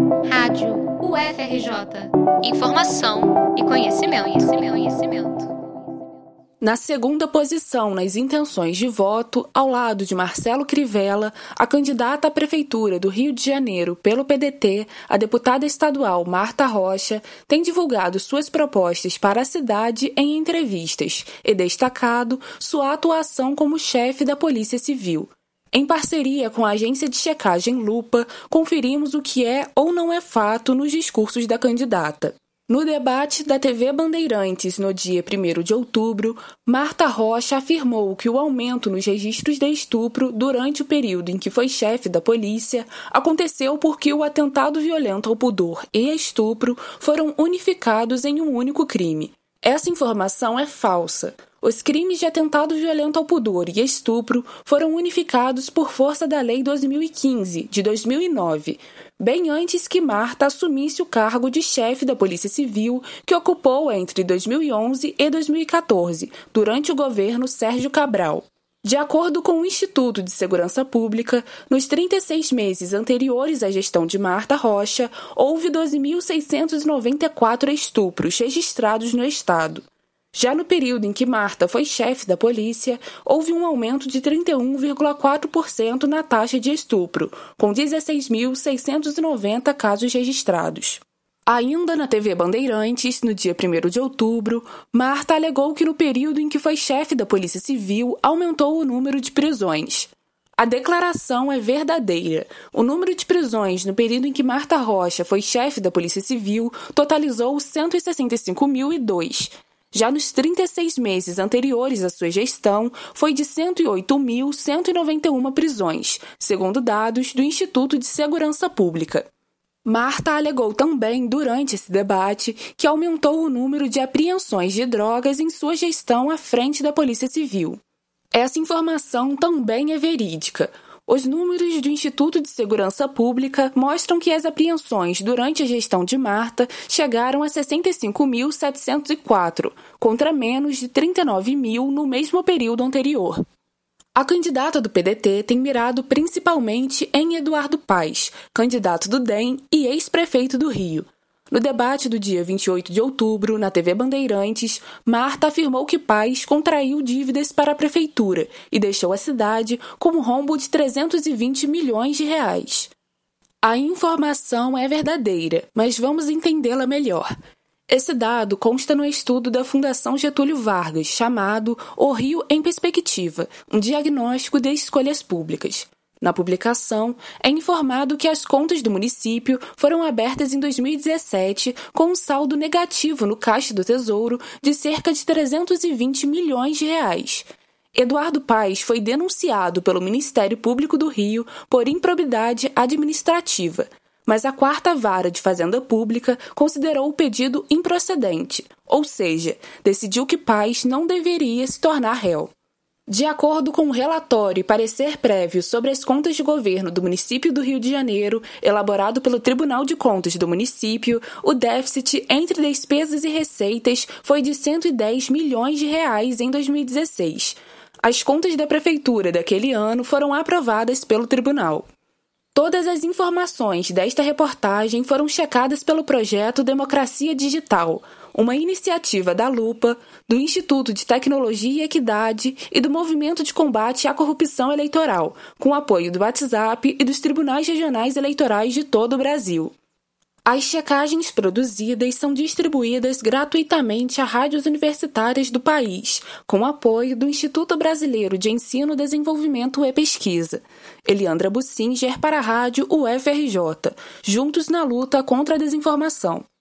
Rádio UFRJ. Informação e conhecimento. Na segunda posição nas intenções de voto, ao lado de Marcelo Crivella, a candidata à Prefeitura do Rio de Janeiro pelo PDT, a deputada estadual Marta Rocha, tem divulgado suas propostas para a cidade em entrevistas e destacado sua atuação como chefe da Polícia Civil. Em parceria com a agência de checagem Lupa, conferimos o que é ou não é fato nos discursos da candidata. No debate da TV Bandeirantes, no dia 1º de outubro, Marta Rocha afirmou que o aumento nos registros de estupro durante o período em que foi chefe da polícia aconteceu porque o atentado violento ao pudor e estupro foram unificados em um único crime. Essa informação é falsa. Os crimes de atentado violento ao pudor e estupro foram unificados por força da Lei 2015, de 2009, bem antes que Marta assumisse o cargo de chefe da Polícia Civil, que ocupou entre 2011 e 2014, durante o governo Sérgio Cabral. De acordo com o Instituto de Segurança Pública, nos 36 meses anteriores à gestão de Marta Rocha, houve 12.694 estupros registrados no estado. Já no período em que Marta foi chefe da polícia, houve um aumento de 31,4% na taxa de estupro, com 16.690 casos registrados. Ainda na TV Bandeirantes, no dia 1º de outubro, Marta alegou que no período em que foi chefe da Polícia Civil, aumentou o número de prisões. A declaração é verdadeira. O número de prisões no período em que Marta Rocha foi chefe da Polícia Civil totalizou 165.002. Já nos 36 meses anteriores à sua gestão, foi de 108.191 prisões, segundo dados do Instituto de Segurança Pública. Marta alegou também, durante esse debate, que aumentou o número de apreensões de drogas em sua gestão à frente da Polícia Civil. Essa informação também é verídica. Os números do Instituto de Segurança Pública mostram que as apreensões durante a gestão de Marta chegaram a 65.704, contra menos de 39.000 no mesmo período anterior. A candidata do PDT tem mirado principalmente em Eduardo Paes, candidato do DEM e ex-prefeito do Rio. No debate do dia 28 de outubro, na TV Bandeirantes, Marta afirmou que Paes contraiu dívidas para a prefeitura e deixou a cidade com um rombo de 320 milhões de reais. A informação é verdadeira, mas vamos entendê-la melhor. Esse dado consta no estudo da Fundação Getúlio Vargas, chamado O Rio em Perspectiva, um diagnóstico de escolhas públicas. Na publicação, é informado que as contas do município foram abertas em 2017 com um saldo negativo no Caixa do Tesouro de cerca de 320 milhões de reais. Eduardo Paes foi denunciado pelo Ministério Público do Rio por improbidade administrativa, mas a 4ª Vara de Fazenda Pública considerou o pedido improcedente, ou seja, decidiu que Paes não deveria se tornar réu. De acordo com o relatório e parecer prévio sobre as contas de governo do município do Rio de Janeiro, elaborado pelo Tribunal de Contas do município, o déficit entre despesas e receitas foi de 110 milhões de reais em 2016. As contas da prefeitura daquele ano foram aprovadas pelo tribunal. Todas as informações desta reportagem foram checadas pelo projeto Democracia Digital, uma iniciativa da Lupa, do Instituto de Tecnologia e Equidade e do Movimento de Combate à Corrupção Eleitoral, com apoio do WhatsApp e dos tribunais regionais eleitorais de todo o Brasil. As checagens produzidas são distribuídas gratuitamente a rádios universitárias do país, com apoio do Instituto Brasileiro de Ensino, Desenvolvimento e Pesquisa. Eliandra Bussinger para a Rádio UFRJ, juntos na luta contra a desinformação.